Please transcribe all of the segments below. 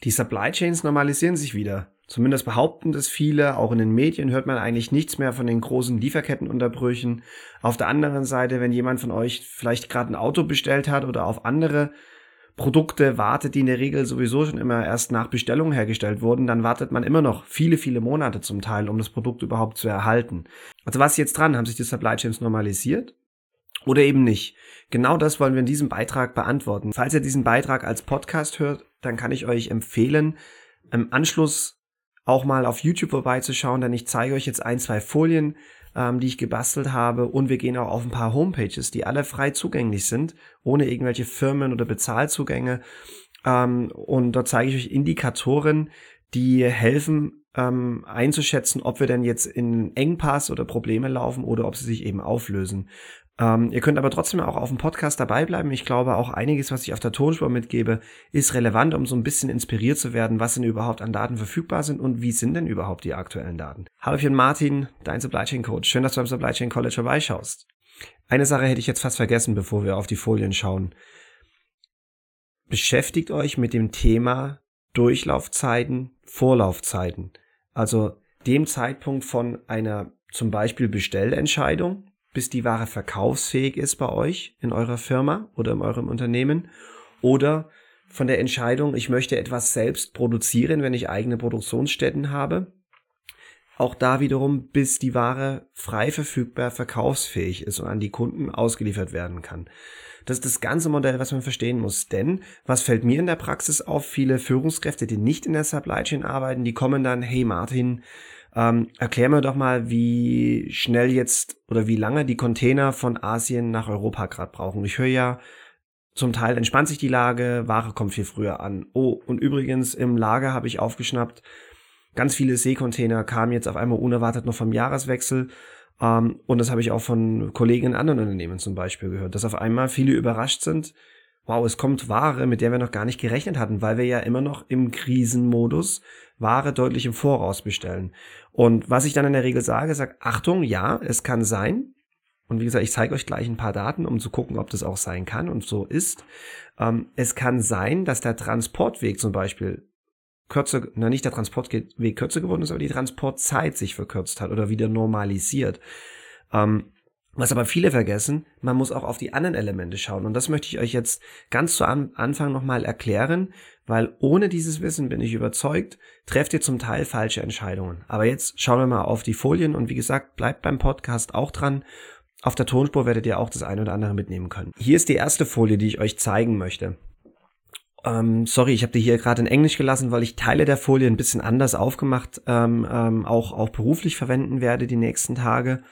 Die Supply Chains normalisieren sich wieder. Zumindest behaupten das viele. Auch in den Medien hört man eigentlich nichts mehr von den großen Lieferkettenunterbrüchen. Auf der anderen Seite, wenn jemand von euch vielleicht gerade ein Auto bestellt hat oder auf andere Produkte wartet, die in der Regel sowieso schon immer erst nach Bestellung hergestellt wurden, dann wartet man immer noch viele, viele Monate zum Teil, um das Produkt überhaupt zu erhalten. Also was ist jetzt dran? Haben sich die Supply Chains normalisiert? Oder eben nicht? Genau das wollen wir in diesem Beitrag beantworten. Falls ihr diesen Beitrag als Podcast hört, dann kann ich euch empfehlen, im Anschluss auch mal auf YouTube vorbeizuschauen, denn ich zeige euch jetzt 1-2 Folien, die ich gebastelt habe, und wir gehen auch auf ein paar Homepages, die alle frei zugänglich sind, ohne irgendwelche Firmen- oder Bezahlzugänge, und dort zeige ich euch Indikatoren, die helfen einzuschätzen, ob wir denn jetzt in Engpass oder Probleme laufen oder ob sie sich eben auflösen. Ihr könnt aber trotzdem auch auf dem Podcast dabei bleiben. Ich glaube, auch einiges, was ich auf der Tonspur mitgebe, ist relevant, um so ein bisschen inspiriert zu werden, was denn überhaupt an Daten verfügbar sind und wie sind denn überhaupt die aktuellen Daten. Hallo, ich bin Martin, dein Supply Chain Coach. Schön, dass du am Supply Chain College vorbeischaust. Eine Sache hätte ich jetzt fast vergessen, bevor wir auf die Folien schauen. Beschäftigt euch mit dem Thema Durchlaufzeiten, Vorlaufzeiten. Also dem Zeitpunkt von einer zum Beispiel Bestellentscheidung, bis die Ware verkaufsfähig ist bei euch in eurer Firma oder in eurem Unternehmen, oder von der Entscheidung, ich möchte etwas selbst produzieren, wenn ich eigene Produktionsstätten habe. Auch da wiederum, bis die Ware frei verfügbar verkaufsfähig ist und an die Kunden ausgeliefert werden kann. Das ist das ganze Modell, was man verstehen muss. Denn, was fällt mir in der Praxis auf? Viele Führungskräfte, die nicht in der Supply Chain arbeiten, die kommen dann, hey Martin, erklär mir doch mal, wie schnell jetzt oder wie lange die Container von Asien nach Europa gerade brauchen. Ich höre ja, zum Teil entspannt sich die Lage, Ware kommt viel früher an. Oh, und übrigens im Lager habe ich aufgeschnappt, ganz viele Seekontainer kamen jetzt auf einmal unerwartet noch vom Jahreswechsel. Und das habe ich auch von Kollegen in anderen Unternehmen zum Beispiel gehört, dass auf einmal viele überrascht sind. Wow, es kommt Ware, mit der wir noch gar nicht gerechnet hatten, weil wir ja immer noch im Krisenmodus Ware deutlich im Voraus bestellen. Und was ich dann in der Regel sage, Achtung, ja, es kann sein. Und wie gesagt, ich zeige euch gleich ein paar Daten, um zu gucken, ob das auch sein kann und so ist. Es kann sein, dass der Transportweg zum Beispiel nicht der Transportweg kürzer geworden ist, aber die Transportzeit sich verkürzt hat oder wieder normalisiert. Was aber viele vergessen, man muss auch auf die anderen Elemente schauen. Und das möchte ich euch jetzt ganz zu Anfang nochmal erklären, weil ohne dieses Wissen, bin ich überzeugt, trefft ihr zum Teil falsche Entscheidungen. Aber jetzt schauen wir mal auf die Folien und wie gesagt, bleibt beim Podcast auch dran. Auf der Tonspur werdet ihr auch das eine oder andere mitnehmen können. Hier ist die erste Folie, die ich euch zeigen möchte. Sorry, ich habe die hier gerade in Englisch gelassen, weil ich Teile der Folie ein bisschen anders aufgemacht, auch beruflich verwenden werde die nächsten Tage.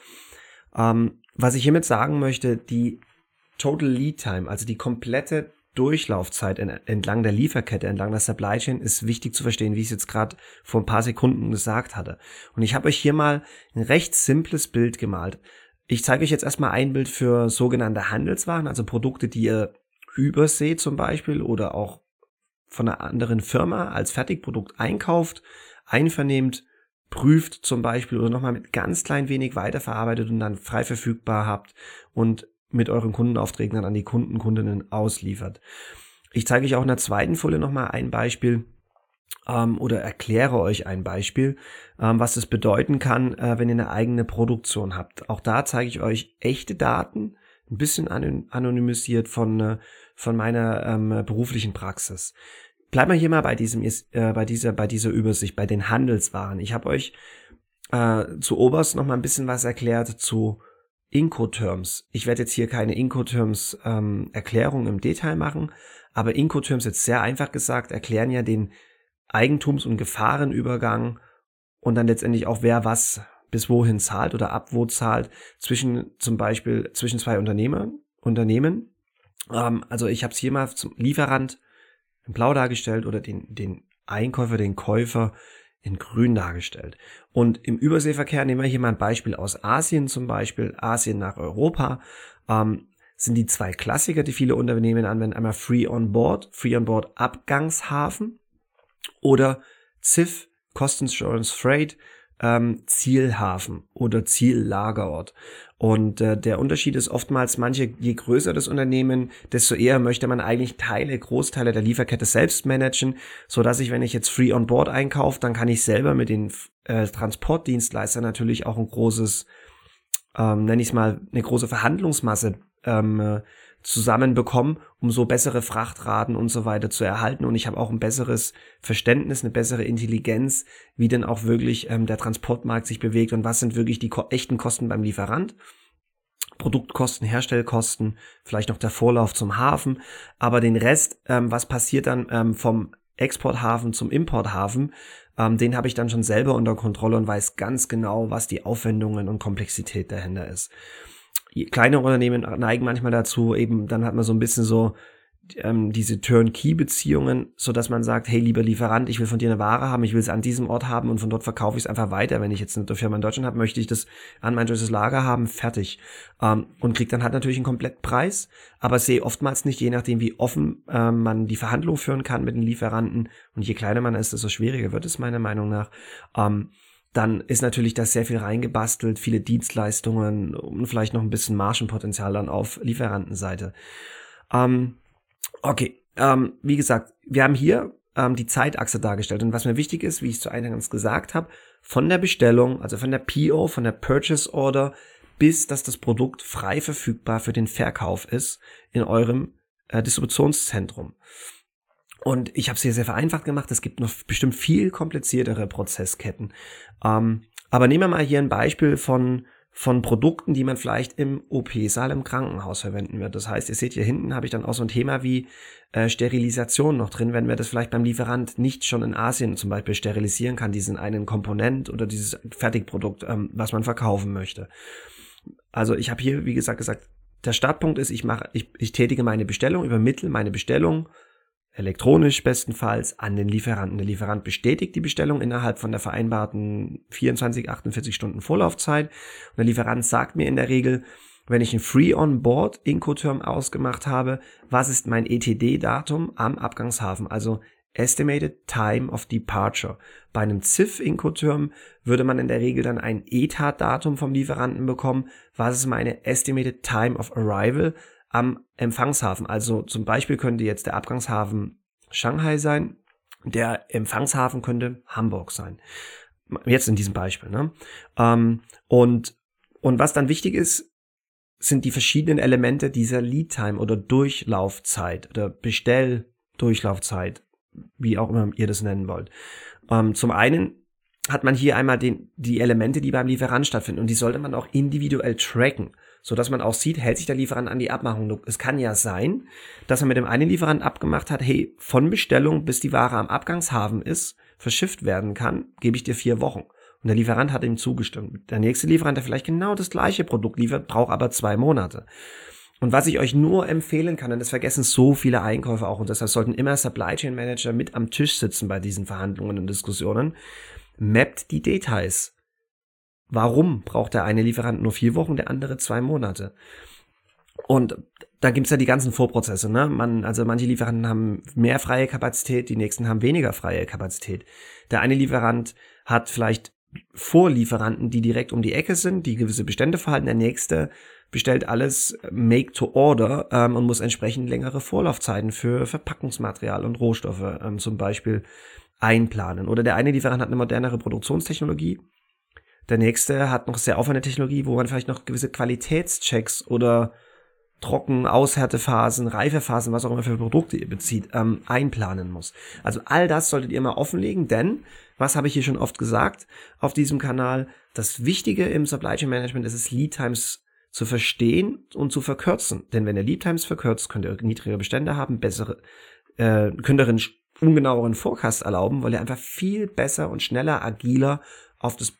Was ich hiermit sagen möchte, die Total Lead Time, also die komplette Durchlaufzeit entlang der Lieferkette, entlang der Supply Chain, ist wichtig zu verstehen, wie ich es jetzt gerade vor ein paar Sekunden gesagt hatte. Und ich habe euch hier mal ein recht simples Bild gemalt. Ich zeige euch jetzt erstmal ein Bild für sogenannte Handelswaren, also Produkte, die ihr Übersee zum Beispiel oder auch von einer anderen Firma als Fertigprodukt einkauft, einvernehmt, prüft zum Beispiel oder nochmal mit ganz klein wenig weiterverarbeitet und dann frei verfügbar habt und mit euren Kundenaufträgen dann an die Kundinnen ausliefert. Ich zeige euch auch in der zweiten Folie nochmal ein Beispiel oder erkläre euch ein Beispiel, was das bedeuten kann, wenn ihr eine eigene Produktion habt. Auch da zeige ich euch echte Daten, ein bisschen anonymisiert von meiner beruflichen Praxis. Bleiben wir hier mal bei dieser Übersicht, bei den Handelswaren. Ich habe euch zu oberst noch mal ein bisschen was erklärt zu Incoterms. Ich werde jetzt hier keine Incoterms Erklärung im Detail machen, aber Incoterms, jetzt sehr einfach gesagt, erklären ja den Eigentums- und Gefahrenübergang und dann letztendlich auch, wer was bis wohin zahlt oder ab wo zahlt, zum Beispiel zwischen zwei Unternehmen. Also ich habe es hier mal zum Lieferant in blau dargestellt oder den Einkäufer, den Käufer in grün dargestellt. Und im Überseeverkehr nehmen wir hier mal ein Beispiel aus Asien, zum Beispiel Asien nach Europa, sind die zwei Klassiker, die viele Unternehmen anwenden, einmal Free on Board Abgangshafen oder CIF, Cost Insurance Freight, Zielhafen oder Ziellagerort. Und der Unterschied ist oftmals, je größer das Unternehmen, desto eher möchte man eigentlich Großteile der Lieferkette selbst managen, so dass ich, wenn ich jetzt Free on Board einkaufe, dann kann ich selber mit den Transportdienstleistern natürlich auch ein großes, nenne ich es mal, eine große Verhandlungsmasse zusammenbekommen, um so bessere Frachtraten und so weiter zu erhalten. Und ich habe auch ein besseres Verständnis, eine bessere Intelligenz, wie denn auch wirklich der Transportmarkt sich bewegt und was sind wirklich die echten Kosten beim Lieferant. Produktkosten, Herstellkosten, vielleicht noch der Vorlauf zum Hafen. Aber den Rest, was passiert dann vom Exporthafen zum Importhafen, den habe ich dann schon selber unter Kontrolle und weiß ganz genau, was die Aufwendungen und Komplexität dahinter ist. Kleine Unternehmen neigen manchmal dazu, eben dann hat man so ein bisschen so diese Turnkey-Beziehungen, so dass man sagt, hey, lieber Lieferant, ich will von dir eine Ware haben, ich will es an diesem Ort haben und von dort verkaufe ich es einfach weiter. Wenn ich jetzt eine Firma in Deutschland habe, möchte ich das an mein deutsches Lager haben, fertig. Und kriege dann halt natürlich einen Komplettpreis, aber sehe oftmals nicht, je nachdem wie offen man die Verhandlung führen kann mit den Lieferanten und je kleiner man ist, desto schwieriger wird es meiner Meinung nach. Dann ist natürlich da sehr viel reingebastelt, viele Dienstleistungen und vielleicht noch ein bisschen Margenpotenzial dann auf Lieferantenseite. Wie gesagt, wir haben hier die Zeitachse dargestellt und was mir wichtig ist, wie ich es zu Eingangs gesagt habe, von der Bestellung, also von der PO, von der Purchase Order, bis dass das Produkt frei verfügbar für den Verkauf ist in eurem Distributionszentrum. Und ich habe es hier sehr vereinfacht gemacht. Es gibt noch bestimmt viel kompliziertere Prozessketten. Aber nehmen wir mal hier ein Beispiel von Produkten, die man vielleicht im OP-Saal im Krankenhaus verwenden wird. Das heißt, ihr seht hier hinten habe ich dann auch so ein Thema wie Sterilisation noch drin, wenn wir das vielleicht beim Lieferant nicht schon in Asien zum Beispiel sterilisieren kann, diesen einen Komponent oder dieses Fertigprodukt, was man verkaufen möchte. Also ich habe hier, wie gesagt, der Startpunkt ist, ich tätige meine Bestellung, übermittle meine Bestellung elektronisch bestenfalls an den Lieferanten. Der Lieferant bestätigt die Bestellung innerhalb von der vereinbarten 24, 48 Stunden Vorlaufzeit. Und der Lieferant sagt mir in der Regel, wenn ich ein Free-on-Board Incoterm ausgemacht habe, was ist mein ETD-Datum am Abgangshafen, also Estimated Time of Departure. Bei einem CIF Incoterm würde man in der Regel dann ein ETA-Datum vom Lieferanten bekommen, was ist meine Estimated Time of Arrival am Empfangshafen. Also zum Beispiel könnte jetzt der Abgangshafen Shanghai sein, der Empfangshafen könnte Hamburg sein. Jetzt in diesem Beispiel. Ne? Und was dann wichtig ist, sind die verschiedenen Elemente dieser Lead Time oder Durchlaufzeit oder Bestelldurchlaufzeit, wie auch immer ihr das nennen wollt. Zum einen hat man hier einmal die Elemente, die beim Lieferant stattfinden und die sollte man auch individuell tracken, so dass man auch sieht, hält sich der Lieferant an die Abmachung. Es kann ja sein, dass er mit dem einen Lieferanten abgemacht hat, hey, von Bestellung bis die Ware am Abgangshafen ist, verschifft werden kann, gebe ich dir 4 Wochen. Und der Lieferant hat ihm zugestimmt. Der nächste Lieferant, der vielleicht genau das gleiche Produkt liefert, braucht aber 2 Monate. Und was ich euch nur empfehlen kann, und das vergessen so viele Einkäufer auch, und deshalb sollten immer Supply Chain Manager mit am Tisch sitzen bei diesen Verhandlungen und Diskussionen, mappt die Details. Warum braucht der eine Lieferant nur 4 Wochen, der andere 2 Monate? Und da gibt's ja die ganzen Vorprozesse, ne? Also manche Lieferanten haben mehr freie Kapazität, die nächsten haben weniger freie Kapazität. Der eine Lieferant hat vielleicht Vorlieferanten, die direkt um die Ecke sind, die gewisse Bestände verhalten. Der nächste bestellt alles make to order und muss entsprechend längere Vorlaufzeiten für Verpackungsmaterial und Rohstoffe zum Beispiel einplanen. Oder der eine Lieferant hat eine modernere Produktionstechnologie. Der nächste hat noch sehr aufwendige Technologie, wo man vielleicht noch gewisse Qualitätschecks oder Aushärtephasen, Reifephasen, was auch immer für Produkte ihr bezieht, einplanen muss. Also all das solltet ihr mal offenlegen, denn, was habe ich hier schon oft gesagt auf diesem Kanal, das Wichtige im Supply Chain Management ist es, Lead Times zu verstehen und zu verkürzen. Denn wenn ihr Lead Times verkürzt, könnt ihr niedrigere Bestände haben, könnt ihr einen ungenaueren Forecast erlauben, weil ihr einfach viel besser und schneller, agiler auf das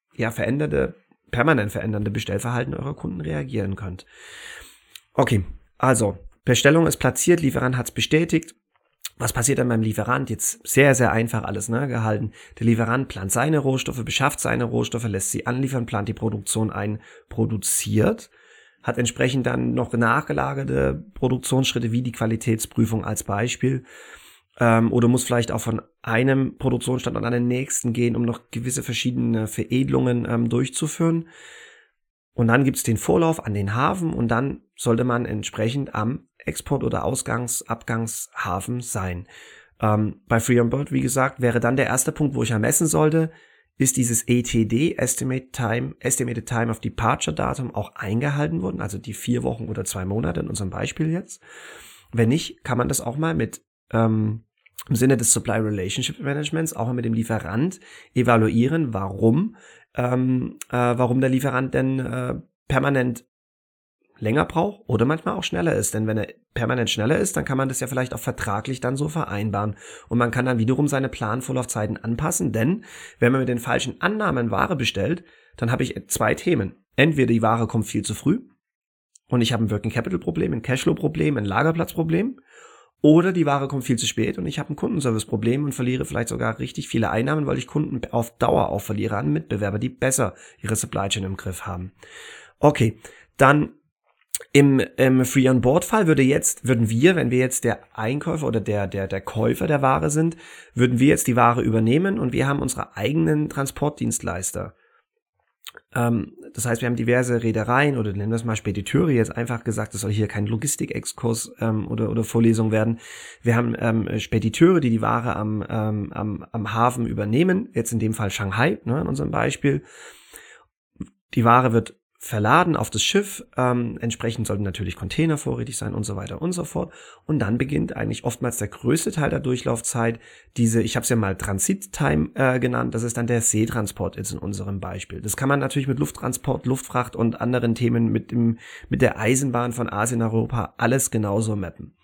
permanent verändernde Bestellverhalten eurer Kunden reagieren könnt. Okay, also Bestellung ist platziert, Lieferant hat es bestätigt. Was passiert dann beim Lieferant? Jetzt sehr, sehr einfach alles gehalten. Der Lieferant plant seine Rohstoffe, beschafft seine Rohstoffe, lässt sie anliefern, plant die Produktion ein, produziert, hat entsprechend dann noch nachgelagerte Produktionsschritte wie die Qualitätsprüfung als Beispiel. oder muss vielleicht auch von einem Produktionsstandort an den nächsten gehen, um noch gewisse verschiedene Veredelungen durchzuführen. Und dann gibt's den Vorlauf an den Hafen und dann sollte man entsprechend am Export- oder Abgangshafen sein. Bei Free on Board, wie gesagt, wäre dann der erste Punkt, wo ich ermessen sollte, ist dieses ETD, Estimated Time of Departure Datum, auch eingehalten worden, also die 4 Wochen oder 2 Monate in unserem Beispiel jetzt. Wenn nicht, kann man das auch mal mit im Sinne des Supply Relationship Managements auch mal mit dem Lieferant evaluieren, warum der Lieferant denn permanent länger braucht oder manchmal auch schneller ist. Denn wenn er permanent schneller ist, dann kann man das ja vielleicht auch vertraglich dann so vereinbaren. Und man kann dann wiederum seine Planvorlaufzeiten anpassen, denn wenn man mit den falschen Annahmen Ware bestellt, dann habe ich 2 Themen. Entweder die Ware kommt viel zu früh und ich habe ein Working Capital Problem, ein Cashflow Problem, ein Lagerplatzproblem. Oder die Ware kommt viel zu spät und ich habe ein Kundenservice-Problem und verliere vielleicht sogar richtig viele Einnahmen, weil ich Kunden auf Dauer auch verliere an Mitbewerber, die besser ihre Supply Chain im Griff haben. Okay, dann im Free-on-Board-Fall würden wir, wenn wir jetzt der Einkäufer oder der Käufer der Ware sind, würden wir jetzt die Ware übernehmen und wir haben unsere eigenen Transportdienstleister. Das heißt, wir haben diverse Reedereien oder nennen wir es mal Spediteure, jetzt einfach gesagt, das soll hier kein Logistik-Exkurs oder Vorlesung werden. Wir haben Spediteure, die die Ware am Hafen übernehmen, jetzt in dem Fall Shanghai, ne, in unserem Beispiel. Die Ware wird verladen auf das Schiff, entsprechend sollten natürlich Container vorrätig sein und so weiter und so fort. Und dann beginnt eigentlich oftmals der größte Teil der Durchlaufzeit, ich habe es ja mal Transit-Time genannt, das ist dann der Seetransport jetzt in unserem Beispiel. Das kann man natürlich mit Lufttransport, Luftfracht und anderen Themen mit der Eisenbahn von Asien nach Europa alles genauso mappen.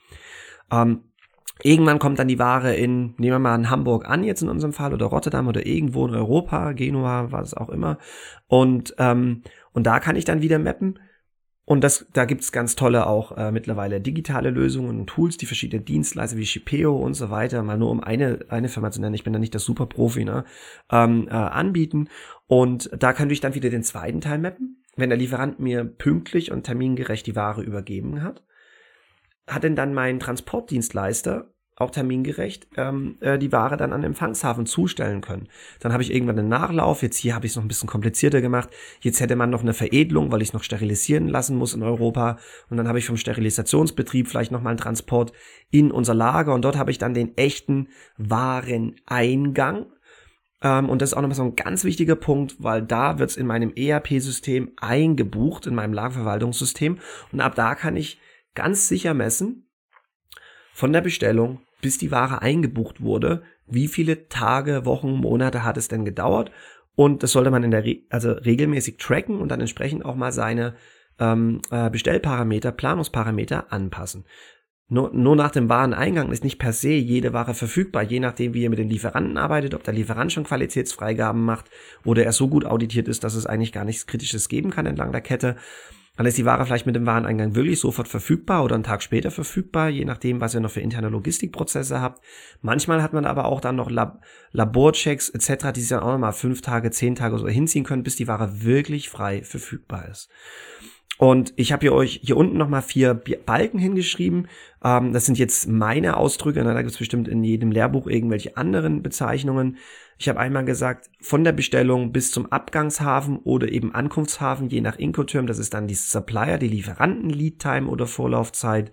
Irgendwann kommt dann die Ware nehmen wir mal in Hamburg an, jetzt in unserem Fall, oder Rotterdam oder irgendwo in Europa, Genua, was auch immer. Und da kann ich dann wieder mappen. Und da gibt's ganz tolle auch mittlerweile digitale Lösungen und Tools, die verschiedene Dienstleister wie Shipeo und so weiter, mal nur um eine Firma zu nennen, ich bin da nicht der Superprofi, ne, anbieten. Und da kann ich dann wieder den zweiten Teil mappen. Wenn der Lieferant mir pünktlich und termingerecht die Ware übergeben hat denn dann mein Transportdienstleister auch termingerecht die Ware dann an den Empfangshafen zustellen können. Dann habe ich irgendwann einen Nachlauf. Jetzt hier habe ich es noch ein bisschen komplizierter gemacht. Jetzt hätte man noch eine Veredelung, weil ich es noch sterilisieren lassen muss in Europa. Und dann habe ich vom Sterilisationsbetrieb vielleicht noch mal einen Transport in unser Lager. Und dort habe ich dann den echten Wareneingang. Und das ist auch nochmal so ein ganz wichtiger Punkt, weil da wird es in meinem ERP-System eingebucht, in meinem Lagerverwaltungssystem. Und ab da kann ich ganz sicher messen, von der Bestellung bis die Ware eingebucht wurde, wie viele Tage, Wochen, Monate hat es denn gedauert, und das sollte man regelmäßig tracken und dann entsprechend auch mal seine Bestellparameter, Planungsparameter anpassen. Nur nach dem Wareneingang ist nicht per se jede Ware verfügbar, je nachdem wie ihr mit den Lieferanten arbeitet, ob der Lieferant schon Qualitätsfreigaben macht oder er so gut auditiert ist, dass es eigentlich gar nichts Kritisches geben kann entlang der Kette. Dann ist die Ware vielleicht mit dem Wareneingang wirklich sofort verfügbar oder einen Tag später verfügbar, je nachdem, was ihr noch für interne Logistikprozesse habt. Manchmal hat man aber auch dann noch Laborchecks etc., die sich dann auch nochmal 5 Tage, 10 Tage so hinziehen können, bis die Ware wirklich frei verfügbar ist. Und ich habe euch hier unten nochmal 4 Balken hingeschrieben. Das sind jetzt meine Ausdrücke. Da gibt es bestimmt in jedem Lehrbuch irgendwelche anderen Bezeichnungen. Ich habe einmal gesagt, von der Bestellung bis zum Abgangshafen oder eben Ankunftshafen, je nach Incoterm. Das ist dann die Supplier, die Lieferanten, Lead-Time oder Vorlaufzeit.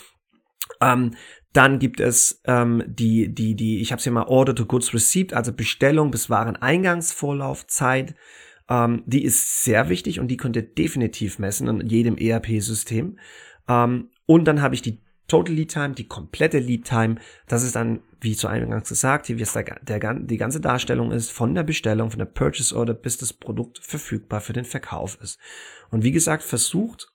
Dann gibt es ich habe es hier mal Order to Goods Received, also Bestellung bis Wareneingangsvorlaufzeit. Die ist sehr wichtig und die könnt ihr definitiv messen in jedem ERP-System. Und dann habe ich die Total Lead Time, die komplette Lead Time. Das ist dann, wie zu eingangs gesagt, wie es die ganze Darstellung ist, von der Bestellung, von der Purchase Order, bis das Produkt verfügbar für den Verkauf ist. Und wie gesagt, versucht,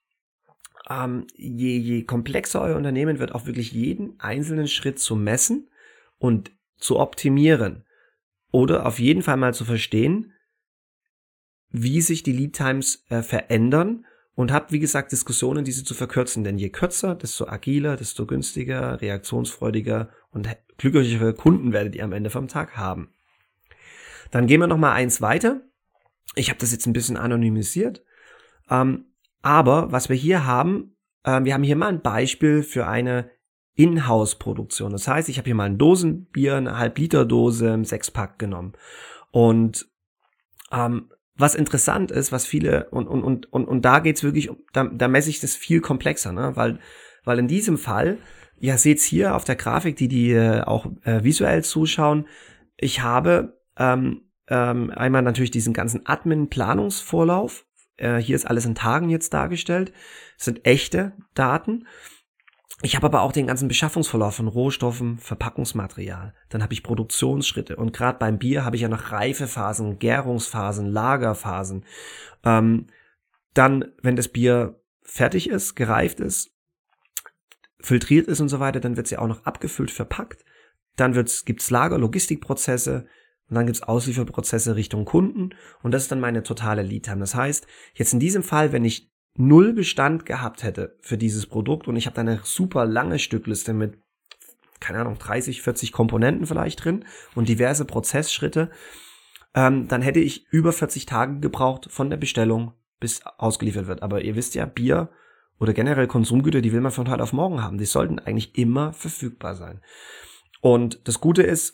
je komplexer euer Unternehmen wird, auch wirklich jeden einzelnen Schritt zu messen und zu optimieren. Oder auf jeden Fall mal zu verstehen, wie sich die Lead Times verändern, und habt, wie gesagt, Diskussionen, diese zu verkürzen. Denn je kürzer, desto agiler, desto günstiger, reaktionsfreudiger und glücklichere Kunden werdet ihr am Ende vom Tag haben. Dann gehen wir noch mal eins weiter. Ich habe das jetzt ein bisschen anonymisiert. Aber was wir hier haben, wir haben hier mal ein Beispiel für eine Inhouse-Produktion. Das heißt, ich habe hier mal ein Dosenbier, eine Halb-Liter-Dose, ein 6-Pack genommen. Und was interessant ist, was viele, und da geht's wirklich, da messe ich das viel komplexer, ne? Weil in diesem Fall, ihr seht's hier auf der Grafik, die auch visuell zuschauen, ich habe einmal natürlich diesen ganzen Admin-Planungsvorlauf. Hier ist alles in Tagen jetzt dargestellt. Das sind echte Daten. Ich habe aber auch den ganzen Beschaffungsverlauf von Rohstoffen, Verpackungsmaterial. Dann habe ich Produktionsschritte. Und gerade beim Bier habe ich ja noch Reifephasen, Gärungsphasen, Lagerphasen. Dann, wenn das Bier fertig ist, gereift ist, filtriert ist und so weiter, dann wird es ja auch noch abgefüllt, verpackt. Dann gibt's Lager, Logistikprozesse. Und dann gibt's Auslieferprozesse Richtung Kunden. Und das ist dann meine totale Lead-Time. Das heißt, jetzt in diesem Fall, wenn ich 0 Bestand gehabt hätte für dieses Produkt und ich habe da eine super lange Stückliste mit, keine Ahnung, 30, 40 Komponenten vielleicht drin und diverse Prozessschritte, dann hätte ich über 40 Tage gebraucht von der Bestellung bis ausgeliefert wird. Aber ihr wisst ja, Bier oder generell Konsumgüter, die will man von heute auf morgen haben. Die sollten eigentlich immer verfügbar sein. Und das Gute ist,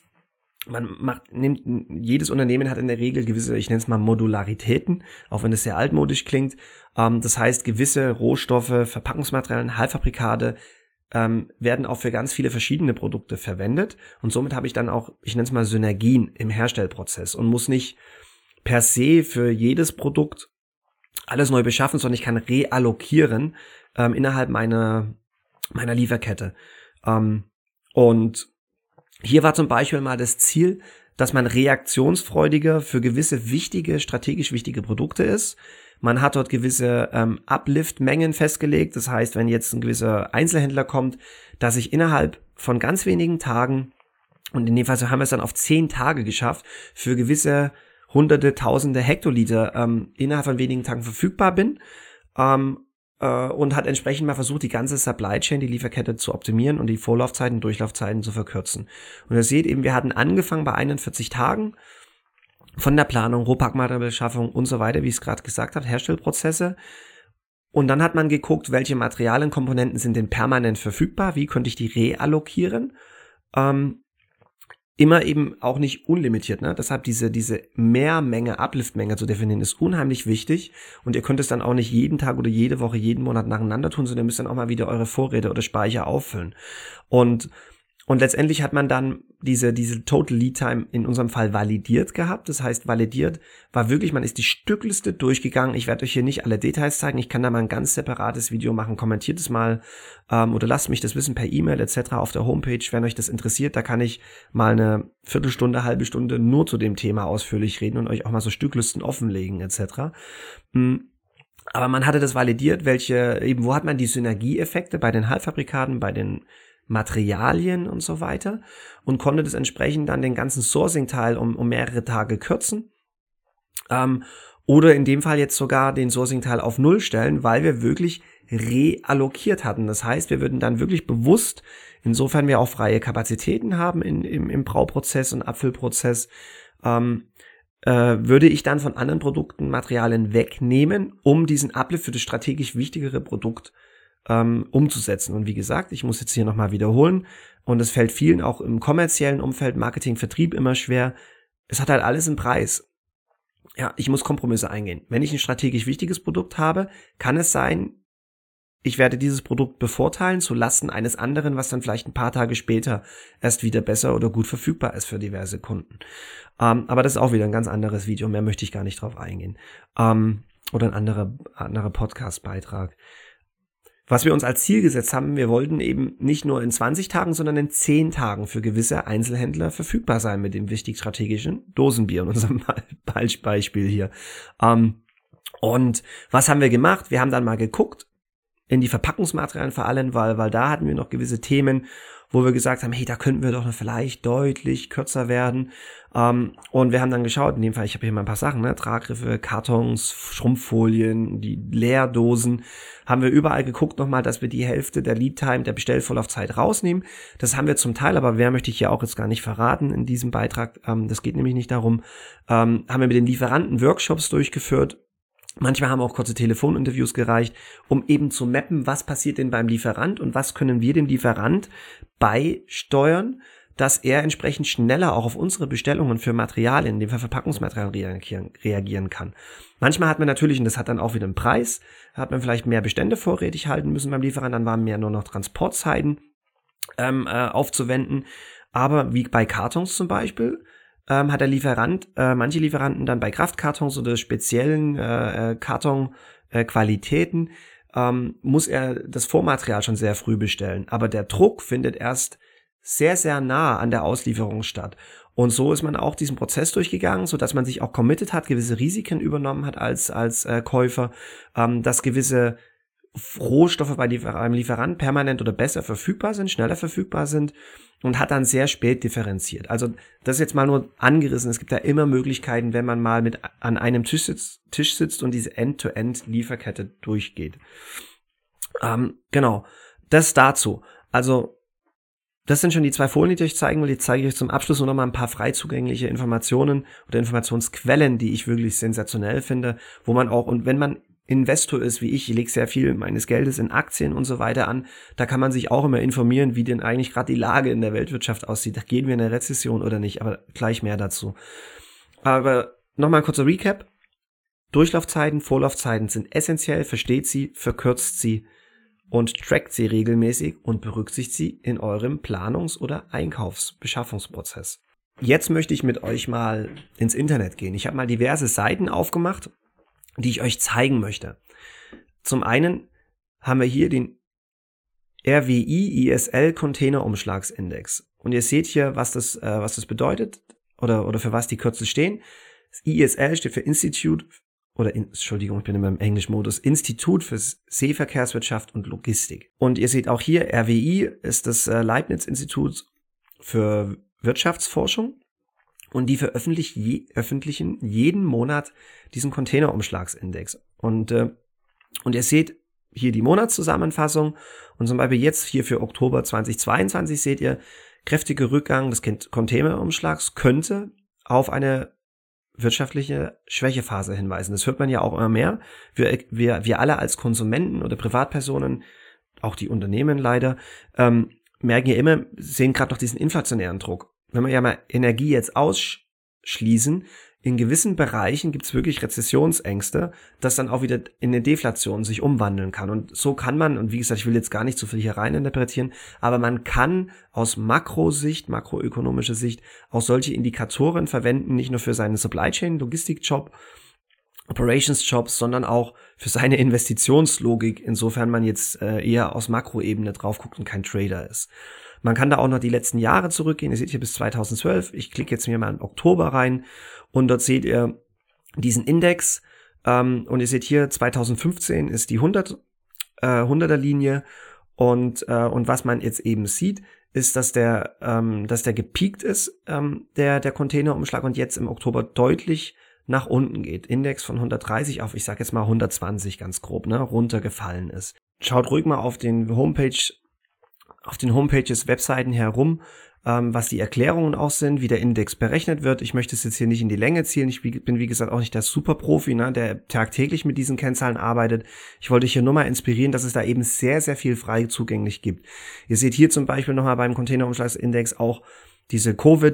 jedes Unternehmen hat in der Regel gewisse, ich nenne es mal Modularitäten, auch wenn es sehr altmodisch klingt. Das heißt, gewisse Rohstoffe, Verpackungsmaterialien, Halbfabrikate werden auch für ganz viele verschiedene Produkte verwendet. Und somit habe ich dann auch, ich nenne es mal Synergien im Herstellprozess und muss nicht per se für jedes Produkt alles neu beschaffen, sondern ich kann reallokieren innerhalb meiner Lieferkette. Und hier war zum Beispiel mal das Ziel, dass man reaktionsfreudiger für gewisse wichtige, strategisch wichtige Produkte ist. Man hat dort gewisse Uplift-Mengen festgelegt. Das heißt, wenn jetzt ein gewisser Einzelhändler kommt, dass ich innerhalb von ganz wenigen Tagen, und in dem Fall haben wir es dann auf 10 Tage geschafft, für gewisse hunderte, tausende Hektoliter innerhalb von wenigen Tagen verfügbar bin. Und hat entsprechend mal versucht, die ganze Supply Chain, die Lieferkette zu optimieren und die Vorlaufzeiten, Durchlaufzeiten zu verkürzen. Und ihr seht eben, wir hatten angefangen bei 41 Tagen von der Planung, Rohpackmaterialbeschaffung und so weiter, wie ich es gerade gesagt habe, Herstellprozesse. Und dann hat man geguckt, welche Materialien, Komponenten sind denn permanent verfügbar, wie könnte ich die reallokieren. Immer eben auch nicht unlimitiert, ne? Deshalb diese Mehrmenge, Upliftmenge zu definieren, ist unheimlich wichtig. Und ihr könnt es dann auch nicht jeden Tag oder jede Woche, jeden Monat nacheinander tun, sondern ihr müsst dann auch mal wieder eure Vorräte oder Speicher auffüllen. Und letztendlich hat man dann diese Total Lead Time in unserem Fall validiert gehabt. Das heißt, validiert war wirklich, man ist die Stückliste durchgegangen. Ich werde euch hier nicht alle Details zeigen. Ich kann da mal ein ganz separates Video machen. Kommentiert es mal oder lasst mich das wissen per E-Mail etc. auf der Homepage, wenn euch das interessiert. Da kann ich mal eine Viertelstunde, halbe Stunde nur zu dem Thema ausführlich reden und euch auch mal so Stücklisten offenlegen etc. Aber man hatte das validiert, wo hat man die Synergieeffekte bei den Halbfabrikaten, bei den Materialien und so weiter und konnte das entsprechend dann den ganzen Sourcing-Teil um mehrere Tage kürzen oder in dem Fall jetzt sogar den Sourcing-Teil auf 0 stellen, weil wir wirklich reallokiert hatten. Das heißt, wir würden dann wirklich bewusst, insofern wir auch freie Kapazitäten haben im Brauprozess und Abfüllprozess, würde ich dann von anderen Produkten Materialien wegnehmen, um diesen Uplift für das strategisch wichtigere Produkt umzusetzen. Und wie gesagt, ich muss jetzt hier nochmal wiederholen und es fällt vielen auch im kommerziellen Umfeld, Marketing, Vertrieb immer schwer. Es hat halt alles einen Preis. Ja, ich muss Kompromisse eingehen. Wenn ich ein strategisch wichtiges Produkt habe, kann es sein, ich werde dieses Produkt bevorteilen zu Lasten eines anderen, was dann vielleicht ein paar Tage später erst wieder besser oder gut verfügbar ist für diverse Kunden. Aber das ist auch wieder ein ganz anderes Video, mehr möchte ich gar nicht drauf eingehen. Oder ein anderer Podcast-Beitrag. Was wir uns als Ziel gesetzt haben, wir wollten eben nicht nur in 20 Tagen, sondern in 10 Tagen für gewisse Einzelhändler verfügbar sein mit dem wichtig strategischen Dosenbier in unserem Beispiel hier. Und was haben wir gemacht? Wir haben dann mal geguckt in die Verpackungsmaterialien vor allem, weil da hatten wir noch gewisse Themen, wo wir gesagt haben, hey, da könnten wir doch noch vielleicht deutlich kürzer werden. Und wir haben dann geschaut, in dem Fall, ich habe hier mal ein paar Sachen, ne, Traggriffe, Kartons, Schrumpffolien, die Leerdosen, haben wir überall geguckt nochmal, dass wir die Hälfte der Lead-Time, der Bestellvorlaufzeit rausnehmen. Das haben wir zum Teil, aber mehr möchte ich hier auch jetzt gar nicht verraten in diesem Beitrag. Das geht nämlich nicht darum. Haben wir mit den Lieferanten Workshops durchgeführt, Manchmal haben auch kurze Telefoninterviews gereicht, um eben zu mappen, was passiert denn beim Lieferant und was können wir dem Lieferant beisteuern, dass er entsprechend schneller auch auf unsere Bestellungen für Materialien, in dem Fall Verpackungsmaterialien, reagieren kann. Manchmal hat man natürlich, und das hat dann auch wieder einen Preis, hat man vielleicht mehr Bestände vorrätig halten müssen beim Lieferant, dann waren mehr nur noch Transportzeiten aufzuwenden. Aber wie bei Kartons zum Beispiel, hat der Lieferant, manche Lieferanten dann bei Kraftkartons oder speziellen Kartonqualitäten, muss er das Vormaterial schon sehr früh bestellen. Aber der Druck findet erst sehr, sehr nah an der Auslieferung statt. Und so ist man auch diesen Prozess durchgegangen, so dass man sich auch committed hat, gewisse Risiken übernommen hat als Käufer, dass gewisse Rohstoffe beim Lieferant permanent oder besser verfügbar sind, schneller verfügbar sind und hat dann sehr spät differenziert. Also das ist jetzt mal nur angerissen. Es gibt da immer Möglichkeiten, wenn man mal an einem Tisch sitzt und diese End-to-End-Lieferkette durchgeht. Genau, das dazu. Also das sind schon die 2 Folien, die ich euch zeigen will. Jetzt zeige ich euch zum Abschluss nur noch mal ein paar frei zugängliche Informationen oder Informationsquellen, die ich wirklich sensationell finde, wo man auch, und wenn man Investor ist, wie ich lege sehr viel meines Geldes in Aktien und so weiter an, da kann man sich auch immer informieren, wie denn eigentlich gerade die Lage in der Weltwirtschaft aussieht. Da gehen wir in eine Rezession oder nicht, aber gleich mehr dazu. Aber nochmal ein kurzer Recap. Durchlaufzeiten, Vorlaufzeiten sind essentiell, versteht sie, verkürzt sie und trackt sie regelmäßig und berücksichtigt sie in eurem Planungs- oder Beschaffungsprozess. Jetzt möchte ich mit euch mal ins Internet gehen. Ich habe mal diverse Seiten aufgemacht, die ich euch zeigen möchte. Zum einen haben wir hier den RWI ISL Containerumschlagsindex. Und ihr seht hier, was das bedeutet oder für was die Kürzel stehen. Das ISL steht für Entschuldigung, ich bin immer im Englischmodus, Institut für Seeverkehrswirtschaft und Logistik. Und ihr seht auch hier, RWI ist das Leibniz-Institut für Wirtschaftsforschung. Und die veröffentlichen jeden Monat diesen Containerumschlagsindex. Und ihr seht hier die Monatszusammenfassung. Und zum Beispiel jetzt hier für Oktober 2022 seht ihr, kräftiger Rückgang des Containerumschlags könnte auf eine wirtschaftliche Schwächephase hinweisen. Das hört man ja auch immer mehr. Wir alle als Konsumenten oder Privatpersonen, auch die Unternehmen leider, merken ja immer, sehen gerade noch diesen inflationären Druck. Wenn wir ja mal Energie jetzt ausschließen, in gewissen Bereichen gibt es wirklich Rezessionsängste, das dann auch wieder in eine Deflation sich umwandeln kann. Und so kann man, und wie gesagt, ich will jetzt gar nicht zu viel hier rein interpretieren, aber man kann aus makroökonomischer Sicht auch solche Indikatoren verwenden, nicht nur für seinen Supply Chain, Logistikjob, Operations-Jobs, sondern auch für seine Investitionslogik, insofern man jetzt eher aus Makroebene drauf guckt und kein Trader ist. Man kann da auch noch die letzten Jahre zurückgehen. Ihr seht hier bis 2012. Ich klicke jetzt mir mal in Oktober rein und dort seht ihr diesen Index. Und ihr seht hier 2015 ist die 100er Linie und was man jetzt eben sieht, ist, dass der gepiekt ist, der Containerumschlag und jetzt im Oktober deutlich nach unten geht. Index von 130 auf, ich sag jetzt mal 120 ganz grob, runtergefallen ist. Schaut ruhig mal auf den Homepages, Webseiten herum, was die Erklärungen auch sind, wie der Index berechnet wird. Ich möchte es jetzt hier nicht in die Länge ziehen. Ich bin, wie gesagt, auch nicht der Superprofi, der tagtäglich mit diesen Kennzahlen arbeitet. Ich wollte euch hier nur mal inspirieren, dass es da eben sehr, sehr viel frei zugänglich gibt. Ihr seht hier zum Beispiel nochmal beim Containerumschlagsindex auch diese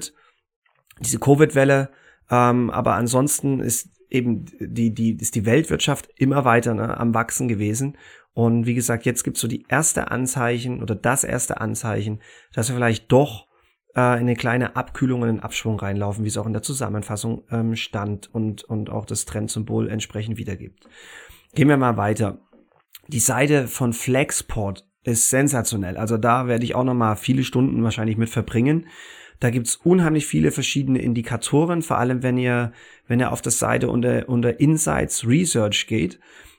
Covid-Welle, aber ansonsten ist eben die Weltwirtschaft immer weiter am Wachsen gewesen. Und wie gesagt, jetzt gibt's so das erste Anzeichen, dass wir vielleicht doch in eine kleine Abkühlung und einen Abschwung reinlaufen, wie es auch in der Zusammenfassung stand und auch das Trendsymbol entsprechend wiedergibt. Gehen wir mal weiter. Die Seite von Flexport ist sensationell. Also da werde ich auch noch mal viele Stunden wahrscheinlich mit verbringen. Da gibt's unheimlich viele verschiedene Indikatoren, vor allem wenn ihr auf das Seite unter Insights Research geht.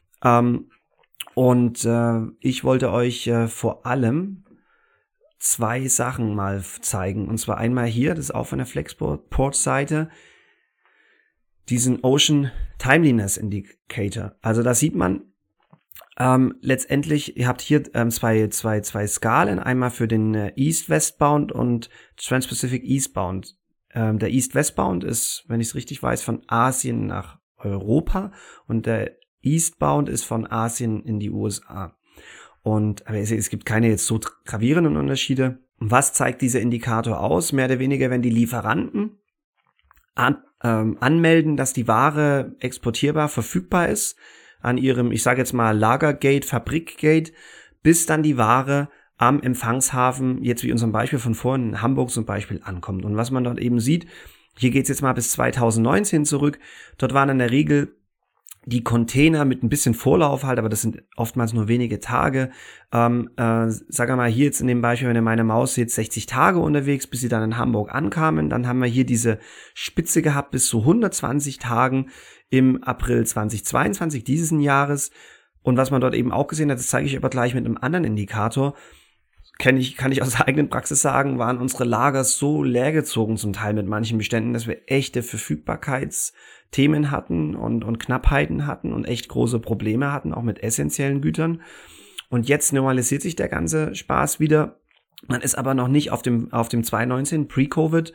Ich wollte euch vor allem 2 Sachen mal zeigen. Und zwar einmal hier, das ist auch von der Flexport-Seite, diesen Ocean Timeliness Indicator. Also da sieht man letztendlich, ihr habt hier zwei Skalen, einmal für den East-Westbound und Trans-Pacific Eastbound. Der East-Westbound ist, wenn ich es richtig weiß, von Asien nach Europa und der eastbound ist von Asien in die USA. Aber es gibt keine jetzt so gravierenden Unterschiede. Was zeigt dieser Indikator aus? Mehr oder weniger, wenn die Lieferanten anmelden, dass die Ware exportierbar verfügbar ist, an ihrem, ich sage jetzt mal Lagergate, Fabrikgate, bis dann die Ware am Empfangshafen, jetzt wie unserem Beispiel von vorhin in Hamburg zum Beispiel, ankommt. Und was man dort eben sieht, hier geht's jetzt mal bis 2019 zurück, dort waren in der Regel die Container mit ein bisschen Vorlauf halt, aber das sind oftmals nur wenige Tage. Sagen wir mal hier jetzt in dem Beispiel, wenn ihr meine Maus seht, 60 Tage unterwegs, bis sie dann in Hamburg ankamen. Dann haben wir hier diese Spitze gehabt bis zu 120 Tagen im April 2022 dieses Jahres. Und was man dort eben auch gesehen hat, das zeige ich aber gleich mit einem anderen Indikator, kann ich aus der eigenen Praxis sagen, waren unsere Lager so leergezogen zum Teil mit manchen Beständen, dass wir echte Verfügbarkeitsthemen hatten und Knappheiten hatten und echt große Probleme hatten, auch mit essentiellen Gütern. Und jetzt normalisiert sich der ganze Spaß wieder. Man ist aber noch nicht auf dem 2019 Pre-Covid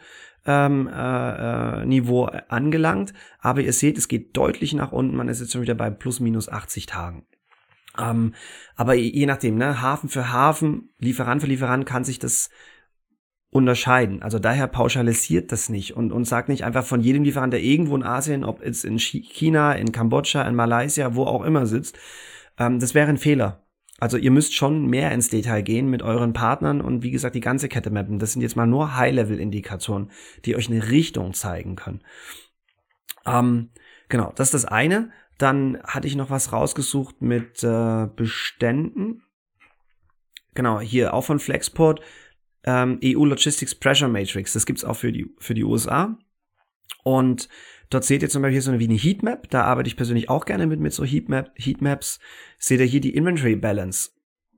Niveau angelangt. Aber ihr seht, es geht deutlich nach unten. Man ist jetzt schon wieder bei plus minus 80 Tagen. Aber je nachdem, ne, Hafen für Hafen, Lieferant für Lieferant kann sich das unterscheiden. Also daher pauschalisiert das nicht und sagt nicht einfach von jedem Lieferant, der irgendwo in Asien, ob es in China, in Kambodscha, in Malaysia, wo auch immer sitzt, das wäre ein Fehler. Also ihr müsst schon mehr ins Detail gehen mit euren Partnern und wie gesagt die ganze Kette mappen. Das sind jetzt mal nur High-Level-Indikatoren, die euch eine Richtung zeigen können. Genau, das ist das eine. Dann hatte ich noch was rausgesucht mit Beständen. Genau, hier auch von Flexport. EU Logistics Pressure Matrix. Das gibt's auch für die USA. Und dort seht ihr zum Beispiel so eine Heatmap. Da arbeite ich persönlich auch gerne mit so Heatmaps. Seht ihr hier die Inventory Balance.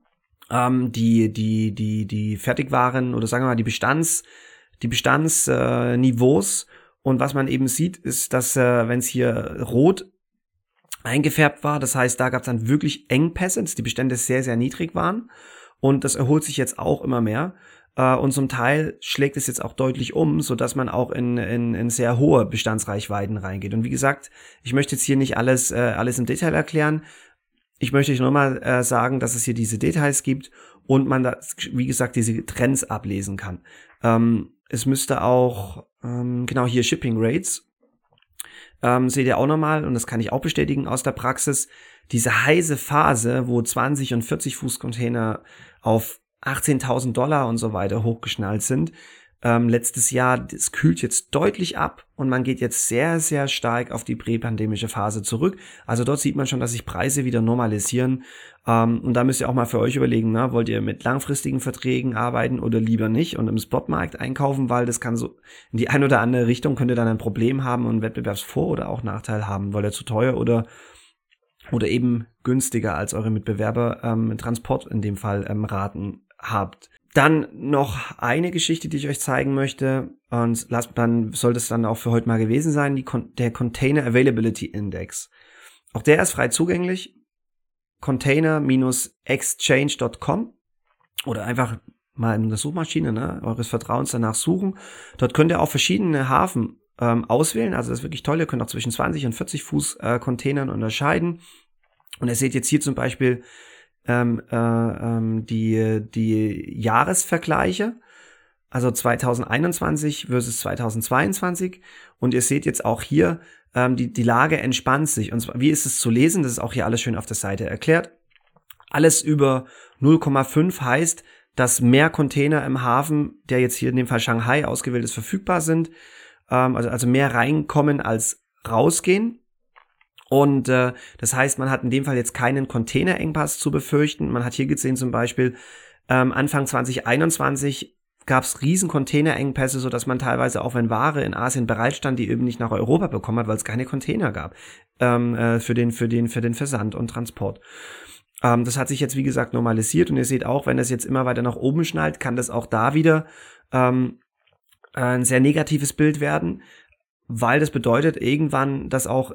Die Fertigwaren oder sagen wir mal die Bestandsniveaus. Und was man eben sieht, ist, dass wenn es hier rot eingefärbt war, das heißt, da gab es dann wirklich Engpässe, dass die Bestände sehr, sehr niedrig waren. Und das erholt sich jetzt auch immer mehr. Und zum Teil schlägt es jetzt auch deutlich um, so dass man auch in sehr hohe Bestandsreichweiten reingeht. Und wie gesagt, ich möchte jetzt hier nicht alles im Detail erklären. Ich möchte euch nur mal sagen, dass es hier diese Details gibt und man da, wie gesagt, diese Trends ablesen kann. Es müsste auch, genau hier Shipping Rates, seht ihr auch nochmal, und das kann ich auch bestätigen aus der Praxis, diese heiße Phase, wo 20 und 40 Fuß Container auf $18.000 und so weiter hochgeschnallt sind, letztes Jahr, das kühlt jetzt deutlich ab und man geht jetzt sehr, sehr stark auf die präpandemische Phase zurück. Also dort sieht man schon, dass sich Preise wieder normalisieren. Und da müsst ihr auch mal für euch überlegen, ne? Wollt ihr mit langfristigen Verträgen arbeiten oder lieber nicht und im Spotmarkt einkaufen, weil das kann so in die eine oder andere Richtung, könnt ihr dann ein Problem haben und Wettbewerbsvor- oder auch Nachteil haben, weil ihr zu teuer oder eben günstiger als eure Mitbewerber Transport in dem Fall Raten habt. Dann noch eine Geschichte, die ich euch zeigen möchte, und dann soll das dann auch für heute mal gewesen sein, der Container Availability Index. Auch der ist frei zugänglich, container-exchange.com oder einfach mal in der Suchmaschine eures Vertrauens danach suchen. Dort könnt ihr auch verschiedene Hafen auswählen, also das ist wirklich toll, ihr könnt auch zwischen 20 und 40 Fuß Containern unterscheiden. Und ihr seht jetzt hier zum Beispiel die Jahresvergleiche, also 2021 versus 2022, und ihr seht jetzt auch hier, die Lage entspannt sich. Und zwar, wie ist es zu lesen? Das ist auch hier alles schön auf der Seite erklärt. Alles über 0,5 heißt, dass mehr Container im Hafen, der jetzt hier in dem Fall Shanghai ausgewählt ist, verfügbar sind, also mehr reinkommen als rausgehen. Und das heißt, man hat in dem Fall jetzt keinen Containerengpass zu befürchten. Man hat hier gesehen zum Beispiel, Anfang 2021 gab es riesen Containerengpässe, sodass man teilweise auch, wenn Ware in Asien bereitstand, die eben nicht nach Europa bekommen hat, weil es keine Container gab für den Versand und Transport. Das hat sich jetzt, wie gesagt, normalisiert. Und ihr seht auch, wenn das jetzt immer weiter nach oben schnallt, kann das auch da wieder ein sehr negatives Bild werden, weil das bedeutet irgendwann, dass auch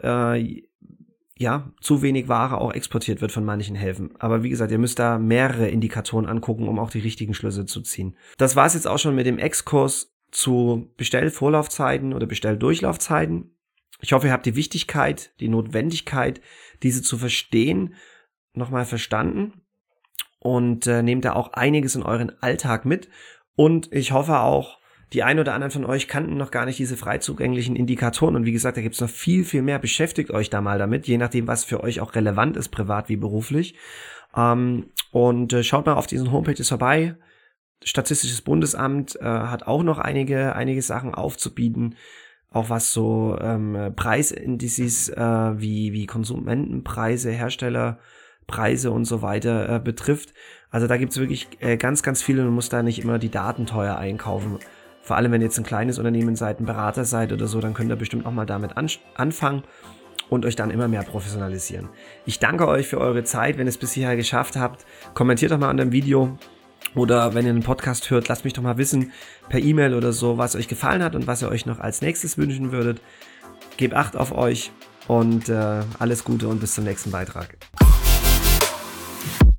zu wenig Ware auch exportiert wird von manchen Häfen. Aber wie gesagt, ihr müsst da mehrere Indikatoren angucken, um auch die richtigen Schlüsse zu ziehen. Das war es jetzt auch schon mit dem Exkurs zu Bestellvorlaufzeiten oder Bestelldurchlaufzeiten. Ich hoffe, ihr habt die Wichtigkeit, die Notwendigkeit, diese zu verstehen, nochmal verstanden und nehmt da auch einiges in euren Alltag mit. Und ich hoffe auch, die ein oder anderen von euch kannten noch gar nicht diese frei zugänglichen Indikatoren. Und wie gesagt, da gibt es noch viel, viel mehr. Beschäftigt euch da mal damit, je nachdem, was für euch auch relevant ist, privat wie beruflich. Und schaut mal auf diesen Homepages vorbei. Statistisches Bundesamt hat auch noch einige Sachen aufzubieten, auch was so Preisindizes wie Konsumentenpreise, Herstellerpreise und so weiter betrifft. Also da gibt's wirklich ganz, ganz viele und man muss da nicht immer die Daten teuer einkaufen. Vor allem, wenn ihr jetzt ein kleines Unternehmen seid, ein Berater seid oder so, dann könnt ihr bestimmt auch mal damit anfangen und euch dann immer mehr professionalisieren. Ich danke euch für eure Zeit, wenn ihr es bis hierher geschafft habt. Kommentiert doch mal unter dem Video oder wenn ihr einen Podcast hört, lasst mich doch mal wissen per E-Mail oder so, was euch gefallen hat und was ihr euch noch als nächstes wünschen würdet. Gebt Acht auf euch und alles Gute und bis zum nächsten Beitrag.